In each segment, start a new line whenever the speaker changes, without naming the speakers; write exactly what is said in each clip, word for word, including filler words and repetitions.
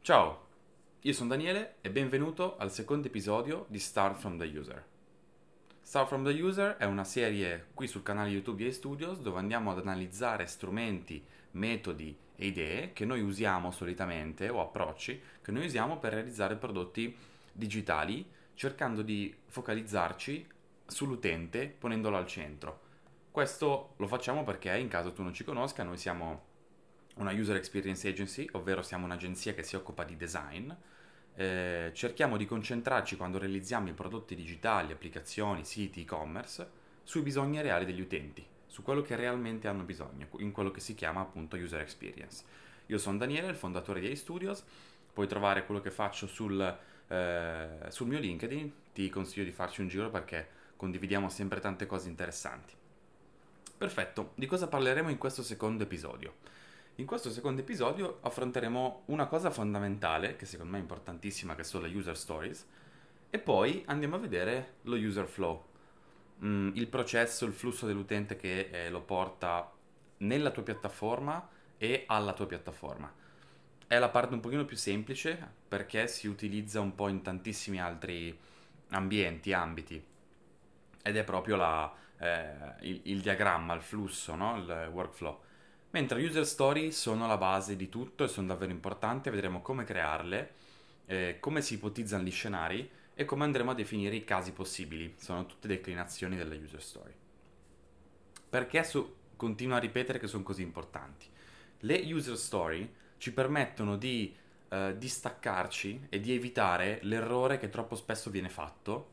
Ciao, io sono Daniele e benvenuto al secondo episodio di Start from the User. Start from the User è una serie qui sul canale YouTube di iStudios dove andiamo ad analizzare strumenti, metodi e idee che noi usiamo solitamente o approcci che noi usiamo per realizzare prodotti digitali cercando di focalizzarci sull'utente ponendolo al centro. Questo lo facciamo perché, in caso tu non ci conosca, noi siamo una User Experience Agency, ovvero siamo un'agenzia che si occupa di design. Eh, cerchiamo di concentrarci quando realizziamo i prodotti digitali, applicazioni, siti, e-commerce, sui bisogni reali degli utenti, su quello che realmente hanno bisogno, in quello che si chiama appunto User Experience. Io sono Daniele, il fondatore di iStudios, puoi trovare quello che faccio sul, eh, sul mio LinkedIn, ti consiglio di farci un giro perché condividiamo sempre tante cose interessanti. Perfetto, di cosa parleremo in questo secondo episodio? In questo secondo episodio affronteremo una cosa fondamentale, che secondo me è importantissima, che sono le user stories, e poi andiamo a vedere lo user flow, mm, il processo, il flusso dell'utente che eh, lo porta nella tua piattaforma e alla tua piattaforma. È la parte un pochino più semplice perché si utilizza un po' in tantissimi altri ambienti, ambiti, ed è proprio la, eh, il, il diagramma, il flusso, no? Il workflow. Mentre user story sono la base di tutto e sono davvero importanti, vedremo come crearle, eh, come si ipotizzano gli scenari e come andremo a definire i casi possibili. Sono tutte declinazioni della user story. Perché su, continuo a ripetere che sono così importanti? Le user story ci permettono di eh, distaccarci e di evitare l'errore che troppo spesso viene fatto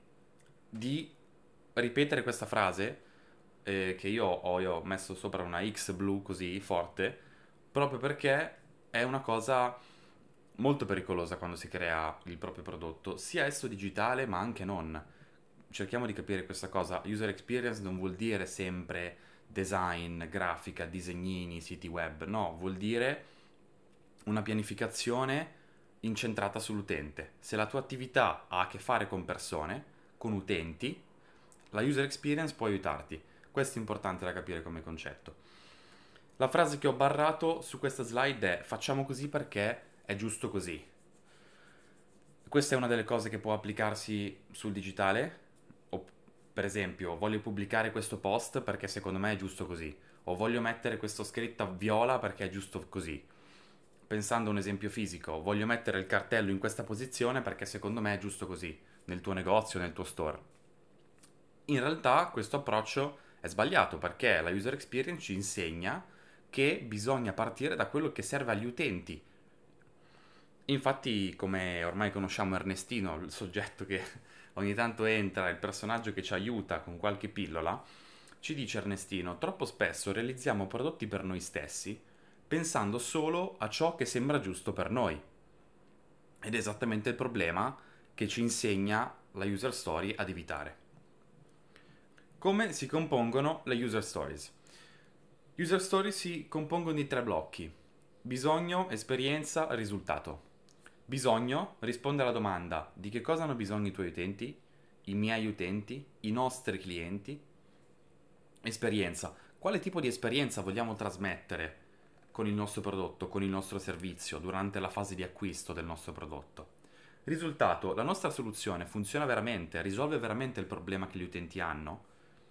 di ripetere questa frase eh, che io ho, io ho messo sopra una X blu così forte, proprio perché è una cosa molto pericolosa quando si crea il proprio prodotto, sia esso digitale ma anche non. Cerchiamo di capire questa cosa. User experience non vuol dire sempre design, grafica, disegnini, siti web, no, vuol dire una pianificazione incentrata sull'utente. Se la tua attività ha a che fare con persone, con utenti, la user experience può aiutarti. Questo è importante da capire come concetto. La frase che ho barrato su questa slide è: facciamo così perché è giusto così. Questa è una delle cose che può applicarsi sul digitale. O, per esempio, voglio pubblicare questo post perché secondo me è giusto così. O voglio mettere questo scritto a viola perché è giusto così. Pensando a un esempio fisico, voglio mettere il cartello in questa posizione perché secondo me è giusto così, nel tuo negozio, nel tuo store. In realtà questo approccio è sbagliato perché la user experience ci insegna che bisogna partire da quello che serve agli utenti. Infatti, come ormai conosciamo Ernestino, il soggetto che ogni tanto entra, il personaggio che ci aiuta con qualche pillola, ci dice Ernestino: troppo spesso realizziamo prodotti per noi stessi pensando solo a ciò che sembra giusto per noi. Ed è esattamente il problema che ci insegna la user story ad evitare. Come si compongono le user stories? User stories si compongono di tre blocchi: bisogno, esperienza, risultato. Bisogno risponde alla domanda: di che cosa hanno bisogno i tuoi utenti, i miei utenti, i nostri clienti? Esperienza: quale tipo di esperienza vogliamo trasmettere con il nostro prodotto, con il nostro servizio, durante la fase di acquisto del nostro prodotto? Risultato: la nostra soluzione funziona veramente, risolve veramente il problema che gli utenti hanno?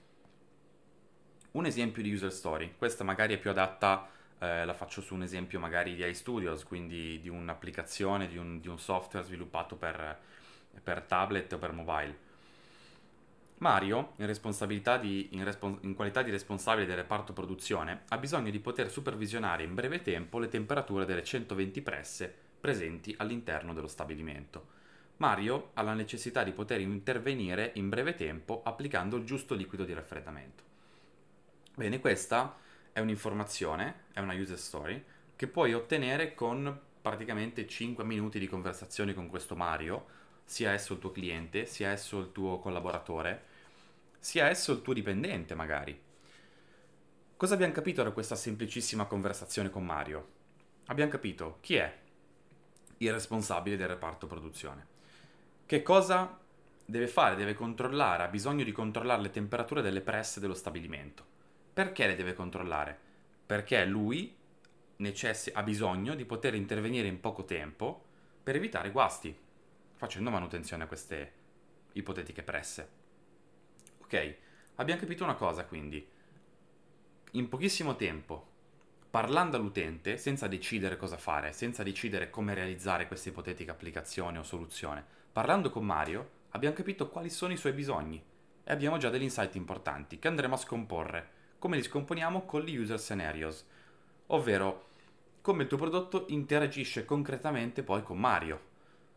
Un esempio di user story, questa magari è più adatta, eh, la faccio su un esempio magari di iStudios, quindi di un'applicazione, di un, di un software sviluppato per, per tablet o per mobile. Mario, in, responsabilità di, in, respons- in qualità di responsabile del reparto produzione, ha bisogno di poter supervisionare in breve tempo le temperature delle centoventi presse presenti all'interno dello stabilimento. Mario ha la necessità di poter intervenire in breve tempo applicando il giusto liquido di raffreddamento. Bene, questa è un'informazione, è una user story, che puoi ottenere con praticamente cinque minuti di conversazione con questo Mario, sia esso il tuo cliente, sia esso il tuo collaboratore, sia esso il tuo dipendente magari. Cosa abbiamo capito da questa semplicissima conversazione con Mario? Abbiamo capito chi è il responsabile del reparto produzione. Che cosa deve fare? Deve controllare, ha bisogno di controllare le temperature delle presse dello stabilimento. Perché le deve controllare? Perché lui necessi- ha bisogno di poter intervenire in poco tempo per evitare guasti, facendo manutenzione a queste ipotetiche presse. Ok, abbiamo capito una cosa quindi. In pochissimo tempo, parlando all'utente, senza decidere cosa fare, senza decidere come realizzare questa ipotetica applicazione o soluzione, parlando con Mario, abbiamo capito quali sono i suoi bisogni e abbiamo già degli insight importanti che andremo a scomporre. Come li scomponiamo? Con gli user scenarios, ovvero come il tuo prodotto interagisce concretamente poi con Mario.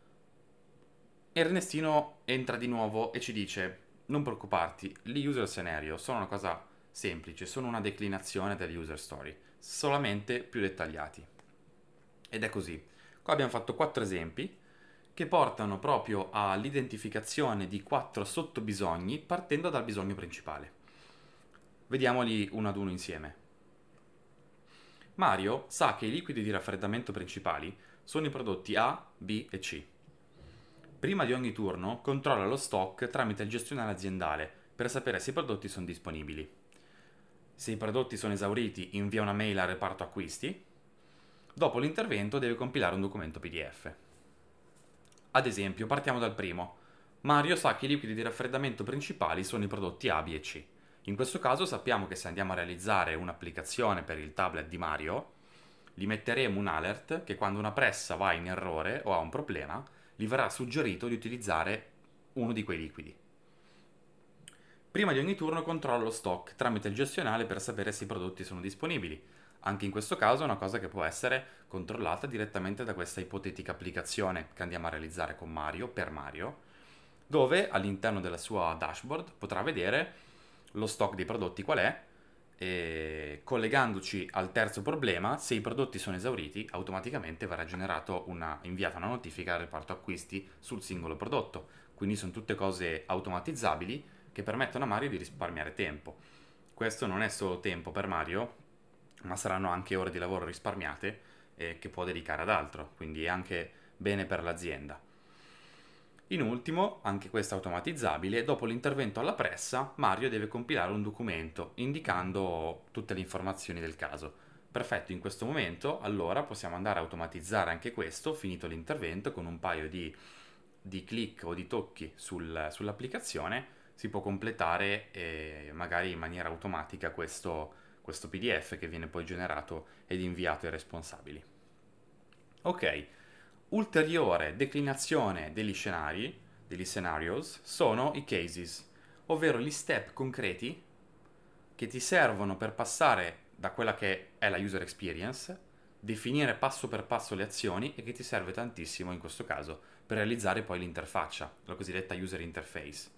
Ernestino entra di nuovo e ci dice: non preoccuparti, gli user scenario sono una cosa semplice, sono una declinazione degli user story, solamente più dettagliati. Ed è così. Qua abbiamo fatto quattro esempi che portano proprio all'identificazione di quattro sottobisogni partendo dal bisogno principale. Vediamoli uno ad uno insieme. Mario sa che i liquidi di raffreddamento principali sono i prodotti A, B e C. Prima di ogni turno controlla lo stock tramite il gestionale aziendale per sapere se i prodotti sono disponibili. Se i prodotti sono esauriti, invia una mail al reparto acquisti. Dopo l'intervento deve compilare un documento P D F. Ad esempio, partiamo dal primo. Mario sa che i liquidi di raffreddamento principali sono i prodotti A, B e C. In questo caso sappiamo che se andiamo a realizzare un'applicazione per il tablet di Mario, gli metteremo un alert che quando una pressa va in errore o ha un problema, gli verrà suggerito di utilizzare uno di quei liquidi. Prima di ogni turno controllo lo stock tramite il gestionale per sapere se i prodotti sono disponibili. Anche in questo caso è una cosa che può essere controllata direttamente da questa ipotetica applicazione che andiamo a realizzare con Mario, per Mario, dove all'interno della sua dashboard potrà vedere lo stock dei prodotti qual è, e collegandoci al terzo problema, se i prodotti sono esauriti, automaticamente verrà generato una, inviata una notifica al reparto acquisti sul singolo prodotto. Quindi sono tutte cose automatizzabili che permettono a Mario di risparmiare tempo. Questo non è solo tempo per Mario, ma saranno anche ore di lavoro risparmiate eh, che può dedicare ad altro, quindi è anche bene per l'azienda. In ultimo, anche questo automatizzabile, dopo l'intervento alla pressa, Mario deve compilare un documento indicando tutte le informazioni del caso. Perfetto, in questo momento allora possiamo andare a automatizzare anche questo, finito l'intervento, con un paio di, di clic o di tocchi sul, sull'applicazione, si può completare eh, magari in maniera automatica questo, questo P D F che viene poi generato ed inviato ai responsabili. Ok. Ulteriore declinazione degli scenari, degli scenarios, sono i cases, ovvero gli step concreti che ti servono per passare da quella che è la user experience, definire passo per passo le azioni e che ti serve tantissimo in questo caso per realizzare poi l'interfaccia, la cosiddetta user interface.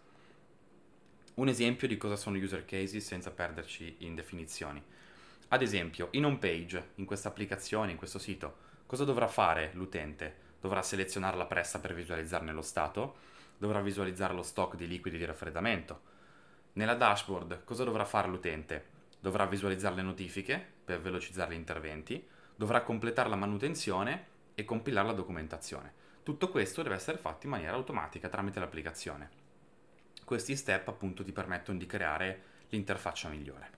Un esempio di cosa sono user cases senza perderci in definizioni. Ad esempio, in home page, in questa applicazione, in questo sito, cosa dovrà fare l'utente? Dovrà selezionare la pressa per visualizzarne lo stato, dovrà visualizzare lo stock di liquidi di raffreddamento. Nella dashboard cosa dovrà fare l'utente? Dovrà visualizzare le notifiche per velocizzare gli interventi, dovrà completare la manutenzione e compilare la documentazione. Tutto questo deve essere fatto in maniera automatica tramite l'applicazione. Questi step appunto ti permettono di creare l'interfaccia migliore.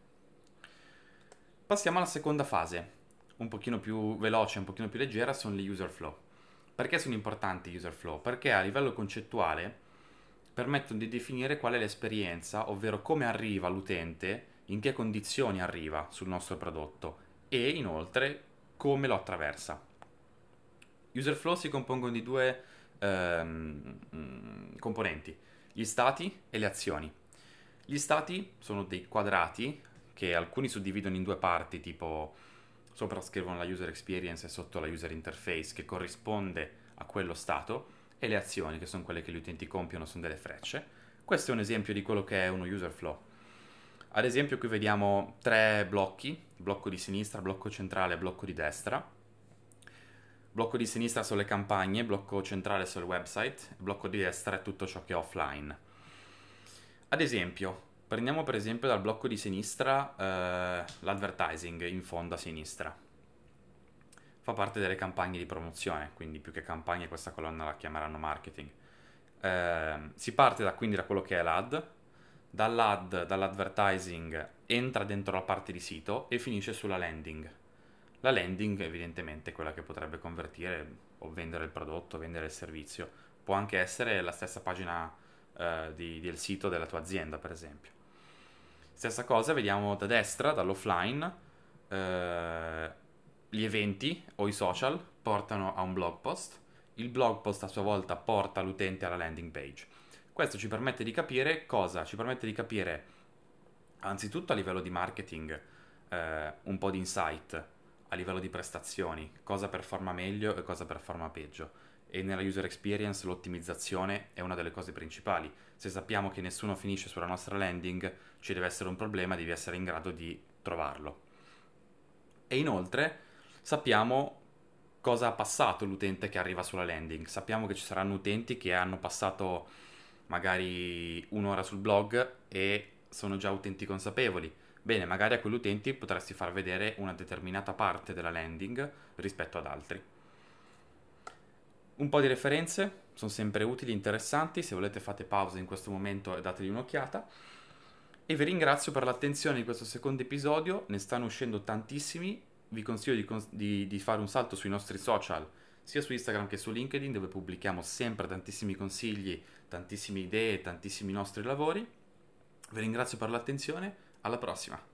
Passiamo alla seconda fase, un pochino più veloce, un pochino più leggera, sono gli user flow. Perché sono importanti gli user flow? Perché a livello concettuale permettono di definire qual è l'esperienza, ovvero come arriva l'utente, in che condizioni arriva sul nostro prodotto e inoltre come lo attraversa. User flow si compongono di due ehm, componenti, gli stati e le azioni. Gli stati sono dei quadrati che alcuni suddividono in due parti, tipo sopra scrivono la user experience e sotto la user interface, che corrisponde a quello stato, e le azioni, che sono quelle che gli utenti compiono, sono delle frecce. Questo è un esempio di quello che è uno user flow. Ad esempio qui vediamo tre blocchi, blocco di sinistra, blocco centrale e blocco di destra. Blocco di sinistra sono le campagne, blocco centrale sono il website, blocco di destra è tutto ciò che è offline. Ad esempio, prendiamo per esempio dal blocco di sinistra eh, l'advertising in fondo a sinistra. Fa parte delle campagne di promozione, quindi più che campagne questa colonna la chiameranno marketing. Eh, si parte da, quindi da quello che è l'ad, dall'ad, dall'advertising entra dentro la parte di sito e finisce sulla landing. La landing evidentemente è quella che potrebbe convertire o vendere il prodotto, vendere il servizio. Può anche essere la stessa pagina eh, di- del sito della tua azienda, per esempio. Stessa cosa, vediamo da destra, dall'offline, eh, gli eventi o i social portano a un blog post, il blog post a sua volta porta l'utente alla landing page. Questo ci permette di capire cosa? Ci permette di capire anzitutto a livello di marketing eh, un po' di insight, a livello di prestazioni, cosa performa meglio e cosa performa peggio. E nella user experience l'ottimizzazione è una delle cose principali. Se sappiamo che nessuno finisce sulla nostra landing, ci deve essere un problema, devi essere in grado di trovarlo. E inoltre sappiamo cosa ha passato l'utente che arriva sulla landing. Sappiamo che ci saranno utenti che hanno passato magari un'ora sul blog e sono già utenti consapevoli. Bene, magari a quegli utenti potresti far vedere una determinata parte della landing rispetto ad altri. Un po' di referenze sono sempre utili, interessanti, se volete fate pausa in questo momento e dategli un'occhiata. E vi ringrazio per l'attenzione di questo secondo episodio, ne stanno uscendo tantissimi, vi consiglio di, cons- di- di fare un salto sui nostri social, sia su Instagram che su LinkedIn, dove pubblichiamo sempre tantissimi consigli, tantissime idee, tantissimi nostri lavori. Vi ringrazio per l'attenzione, alla prossima!